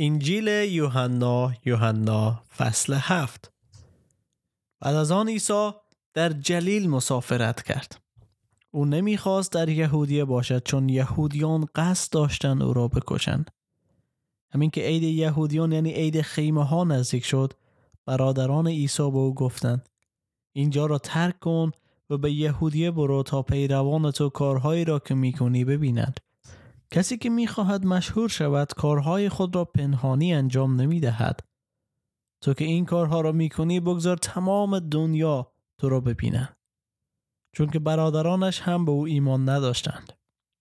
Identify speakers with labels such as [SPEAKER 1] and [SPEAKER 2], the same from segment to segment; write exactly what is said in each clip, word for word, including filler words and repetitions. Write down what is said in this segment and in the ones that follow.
[SPEAKER 1] انجیل یوحنا یوحنا فصل هفت. بعد از آن عیسی در جلیل مسافرت کرد. او نمیخواست در یهودیه باشد چون یهودیان قصد داشتند او را بکشند. همین که عید یهودیان یعنی عید خیمه ها نزدیک شد، برادران عیسی به او گفتند اینجا را ترک کن و به یهودیه برو تا پیروان تو کارهایی را که میکنی ببینند. کسی که میخواهد مشهور شود کارهای خود را پنهانی انجام نمیدهد. تو که این کارها را میکنی بگذار تمام دنیا تو را ببینند. چون که برادرانش هم به او ایمان نداشتند.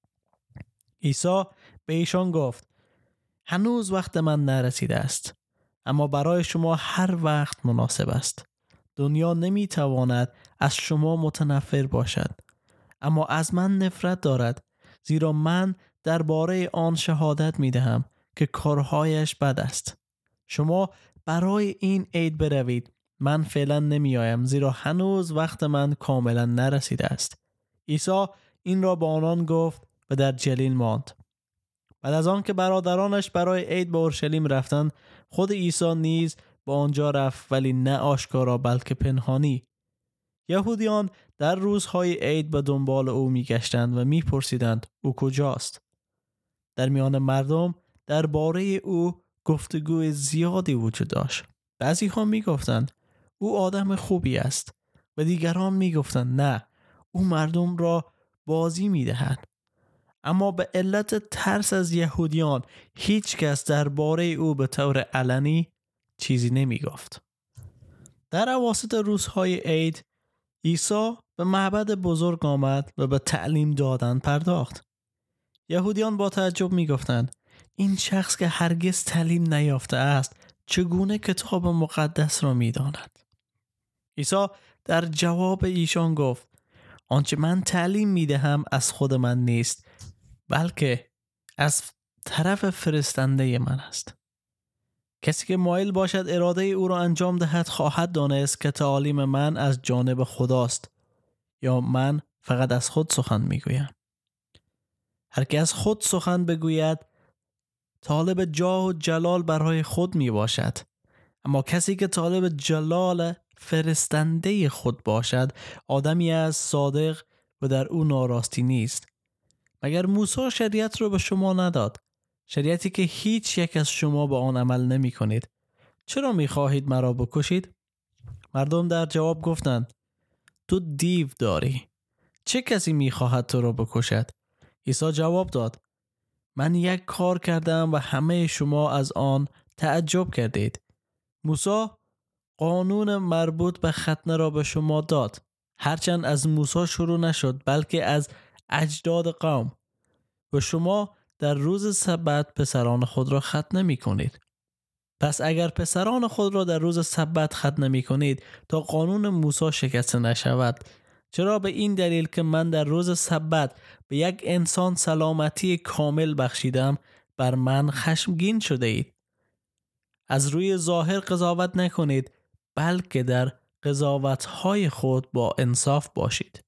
[SPEAKER 1] عیسی به ایشان گفت هنوز وقت من نرسیده است، اما برای شما هر وقت مناسب است. دنیا نمیتواند از شما متنفر باشد، اما از من نفرت دارد، زیرا من درباره آن شهادت میدهم که کارهایش بد است. شما برای این عید بروید، من فعلا نمی آیم، زیرا هنوز وقت من کاملا نرسیده است. عیسی این را به آنان گفت و در جلیل ماند. بعد از آن که برادرانش برای عید به اورشلیم رفتند، خود عیسی نیز به آنجا رفت، ولی نه آشکارا بلکه پنهانی. یهودیان در روزهای عید به دنبال او میگشتند و میپرسیدند او کجاست. در میان مردم درباره او گفتگوی زیادی وجود داشت. بعضی ها میگفتند او آدم خوبی است و دیگران میگفتند نه، او مردم را بازی میدهد. اما به علت ترس از یهودیان هیچ کس درباره او به طور علنی چیزی نمیگفت. در اواسط روزهای عید عیسی به معبد بزرگ آمد و به تعلیم دادن پرداخت. یهودیان با تعجب میگفتند این شخص که هرگز تعلیم نیافته است چگونه کتاب مقدس را میداند؟ عیسی در جواب ایشان گفت آنچه من تعلیم میدهم از خود من نیست، بلکه از طرف فرستنده من است. کسی که مایل باشد اراده او را انجام دهد خواهد دانست که تعالیم من از جانب خداست یا من فقط از خود سخن میگویم. هر که از خود سخن بگوید طالب جاه و جلال برای خود می باشد، اما کسی که طالب جلال فرستنده خود باشد آدمی از صادق و در او ناراستی نیست. مگر موسی شریعت رو به شما نداد؟ شریعتی که هیچ یک از شما به آن عمل نمی کنید. چرا می خواهید مرا بکشید؟ مردم در جواب گفتند تو دیو داری. چه کسی می خواهد تو را بکشد؟ عیسی جواب داد من یک کار کردم و همه شما از آن تعجب کردید. موسی قانون مربوط به ختنه را به شما داد، هرچند از موسی شروع نشد بلکه از اجداد قوم، و شما در روز سبت پسران خود را ختنه می کنید. پس اگر پسران خود را در روز سبت ختنه می کنید تا قانون موسی شکسته نشود، چرا به این دلیل که من در روز سبت به یک انسان سلامتی کامل بخشیدم بر من خشمگین شده اید؟ از روی ظاهر قضاوت نکنید، بلکه در قضاوت‌های خود با انصاف باشید.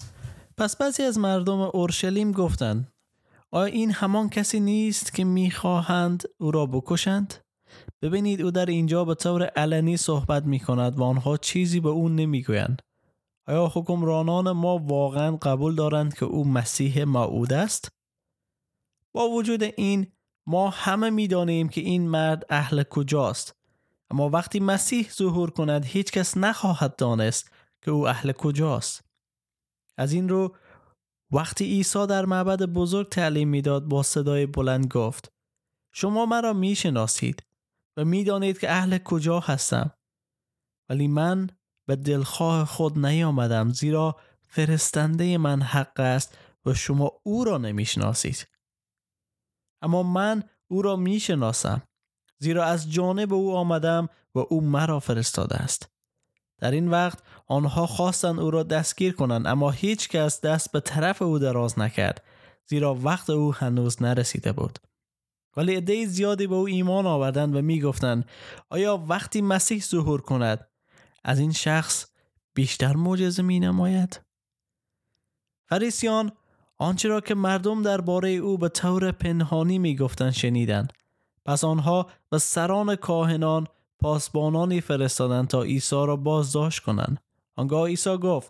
[SPEAKER 1] پس بعضی از مردم اورشلیم گفتند آیا این همان کسی نیست که می‌خواهند او را بکشند؟ ببینید او در اینجا به طور علنی صحبت می‌کند و آنها چیزی به او نمی‌گویند. آیا حکمرانان ما واقعا قبول دارند که او مسیح موعود است؟ با وجود این ما همه می‌دانیم که این مرد اهل کجاست، اما وقتی مسیح ظهور کند هیچ کس نخواهد دانست که او اهل کجاست. از این رو وقتی عیسی در معبد بزرگ تعلیم میداد با صدای بلند گفت شما مرا میشناسید و میدانید که اهل کجا هستم، ولی من به دلخواه خود نیامدم، زیرا فرستنده من حق است و شما او را نمیشناسید. اما من او را میشناسم، زیرا از جانب او آمدم و او مرا فرستاده است. در این وقت آنها خواستند او را دستگیر کنند، اما هیچ کس دست به طرف او دراز نکرد، زیرا وقت او هنوز نرسیده بود. ولی عده زیادی به او ایمان آوردند و می گفتند آیا وقتی مسیح ظهور کند از این شخص بیشتر معجزه می نماید؟ فریسیان آنچه را که مردم درباره او به طور پنهانی می گفتند شنیدند. پس آنها و سران کاهنان پاسبانانی فرستادند تا عیسی را بازداشت کنند. آنگاه عیسی گفت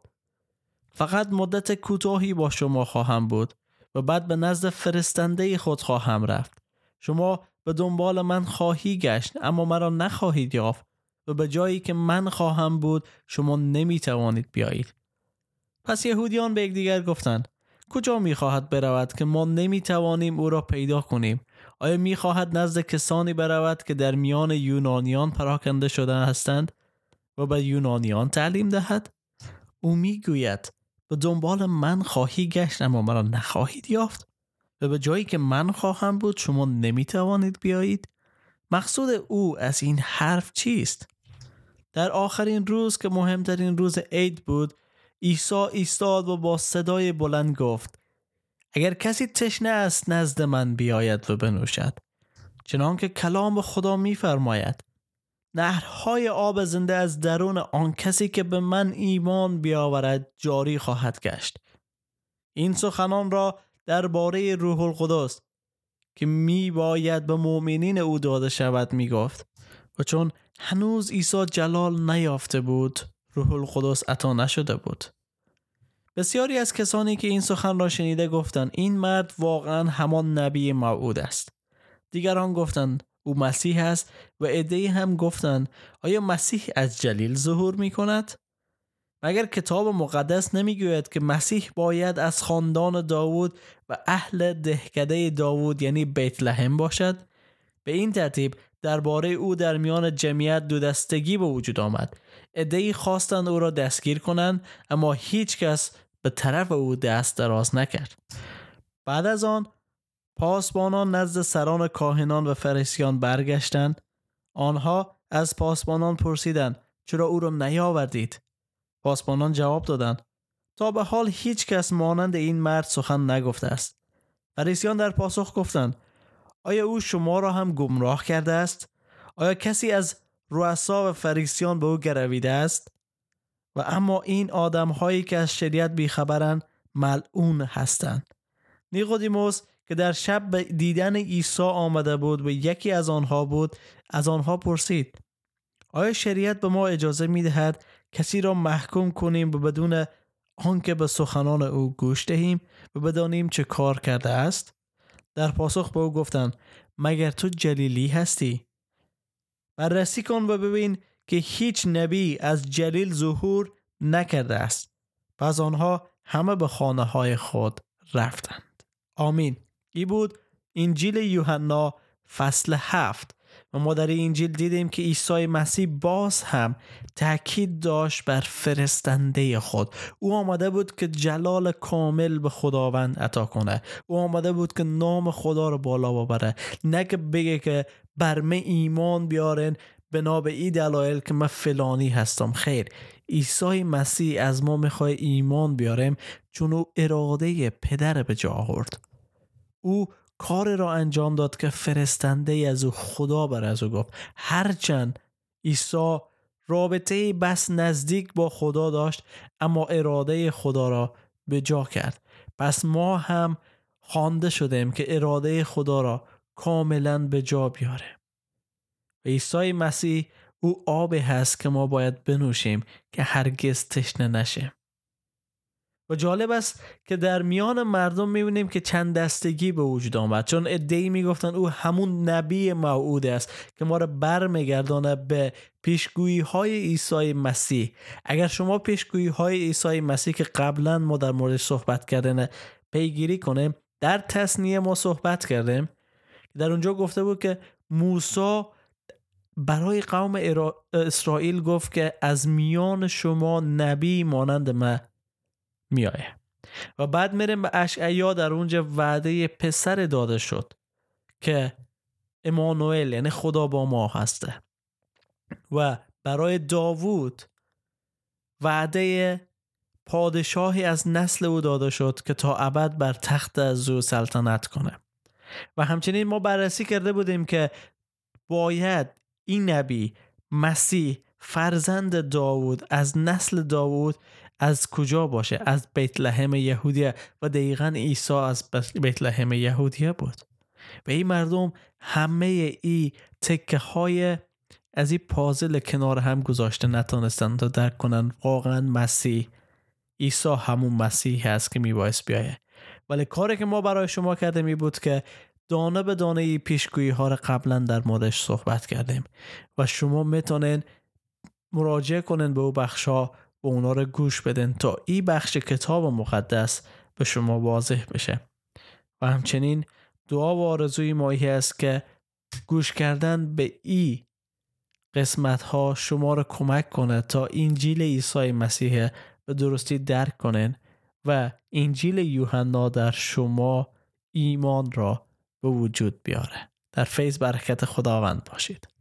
[SPEAKER 1] فقط مدت کوتاهی با شما خواهم بود و بعد به نزد فرستنده خود خواهم رفت. شما به دنبال من خواهی گشت اما مرا نخواهید یافت و به جایی که من خواهم بود شما نمی توانید بیایید. پس یهودیان به یکدیگر گفتند کجا می خواهد برود که ما نمی توانیم او را پیدا کنیم؟ آیا می خواهد نزد کسانی برود که در میان یونانیان پراکنده شده هستند و به یونانیان تعلیم دهد؟ او می گوید به دنبال من خواهی گشت اما مرا نخواهید یافت و به جایی که من خواهم بود شما نمی توانید بیایید. مقصود او از این حرف چیست؟ در آخرین روز که مهمترین روز عید بود، عیسی ایستاد و با صدای بلند گفت اگر کسی تشنه است نزد من بیاید و بنوشد. چنانکه کلام خدا می فرماید نهرهای آب زنده از درون آن کسی که به من ایمان بیاورد جاری خواهد گشت. این سخنان را درباره روح القدس که می باید به مؤمنین او داده شود می گفت و چون هنوز عیسی جلال نیافته بود روح القدس عطا نشده بود. بسیاری از کسانی که این سخن را شنیده گفتند این مرد واقعا همان نبی موعود است. دیگران گفتند او مسیح است و عده‌ای هم گفتند آیا مسیح از جلیل ظهور می کند؟ مگر کتاب مقدس نمی گوید که مسیح باید از خاندان داوود و اهل دهکده داوود یعنی بیت لحم باشد؟ به این ترتیب درباره او در میان جمعیت دو دستگی به وجود آمد. عده‌ای خواستند او را دستگیر کنند اما هیچ کس به طرف او دست دراز نکرد. بعد از آن پاسبانان نزد سران کاهنان و فریسیان برگشتند. آنها از پاسبانان پرسیدند چرا او را نیاوردید؟ پاسبانان جواب دادند تا به حال هیچ کس مانند این مرد سخن نگفته است. فریسیان در پاسخ گفتند آیا او شما را هم گمراه کرده است؟ آیا کسی از رؤسا و فریسیان به او گرویده است؟ و اما این آدم هایی که از شریعت بیخبرند ملعون هستند. نیقودیموس که در شب به دیدن عیسی آمده بود و یکی از آنها بود از آنها پرسید آیا شریعت به ما اجازه می دهد کسی را محکوم کنیم و بدون آنکه به سخنان او گوش دهیم و بدانیم چه کار کرده است؟ در پاسخ به او گفتند مگر تو جلیلی هستی؟ بررسی کن و ببین که هیچ نبی از جلیل ظهور نکرده است. پس آنها همه به خانه های خود رفتند. آمین. این بود انجیل یوحنا فصل هفت و ما در این انجیل دیدیم که عیسی مسیح باز هم تاکید داشت بر فرستنده خود. او آمده بود که جلال کامل به خداوند عطا کنه. او آمده بود که نام خدا رو بالا ببره، نه که بگه که بر من ایمان بیارن بنا به این دلایل که من فلانی هستم. خیر، عیسی مسیح از ما میخواد ایمان بیاریم چون او اراده پدر به جا آورد. او کار را انجام داد که فرستنده از او خدا بر از او گفت. هرچند عیسی رابطه بس نزدیک با خدا داشت اما اراده خدا را به جا کرد. پس ما هم خوانده شدیم که اراده خدا را کاملا به جا بیاره. و عیسی مسیح او آبی هست که ما باید بنوشیم که هرگز تشنه نشیم. و جالب است که در میان مردم میبینیم که چند دستگی به وجود آمد، چون عده‌ای میگفتن او همون نبی موعود است که ما را برمیگردانه به پیشگویی های عیسی مسیح. اگر شما پیشگویی های عیسی مسیح که قبلا ما در مورد صحبت کردن پیگیری کنیم، در تثنیه ما صحبت کردیم در اونجا گفته بود که موسی برای قوم اسرائیل گفت که از میان شما نبی مانند من میایه. و بعد میریم به اشعیا، در اونجا وعده پسر داده شد که امانوئل یعنی خدا با ما هسته. و برای داوود وعده پادشاهی از نسل او داده شد که تا ابد بر تخت از او سلطنت کنه. و همچنین ما بررسی کرده بودیم که باید این نبی مسیح فرزند داوود از نسل داوود از کجا باشه؟ از بیت لحم یهودیه. و دقیقاً عیسی از بیت لحم یهودیه بود. و این مردم همه ای تکه های از این پازل کنار هم گذاشته نتونستن تا درک کنن واقعا مسیح عیسی همون مسیح هست که میبایست بیایه. ولی کاری که ما برای شما کردیم می بود که دانه به دانه ای پیشگویی ها را قبلا در موردش صحبت کردیم و شما میتونین مراجعه کنین به او بخش ها و اونا رو گوش بدین تا این بخش کتاب مقدس به شما واضح بشه. و همچنین دعا و آرزوی مایی است که گوش کردن به این قسمت ها شما را کمک کنه تا انجیل عیسی مسیح به درستی درک کنین و انجیل یوحنا در شما ایمان را به وجود بیاره. در فیض برکت خداوند باشید.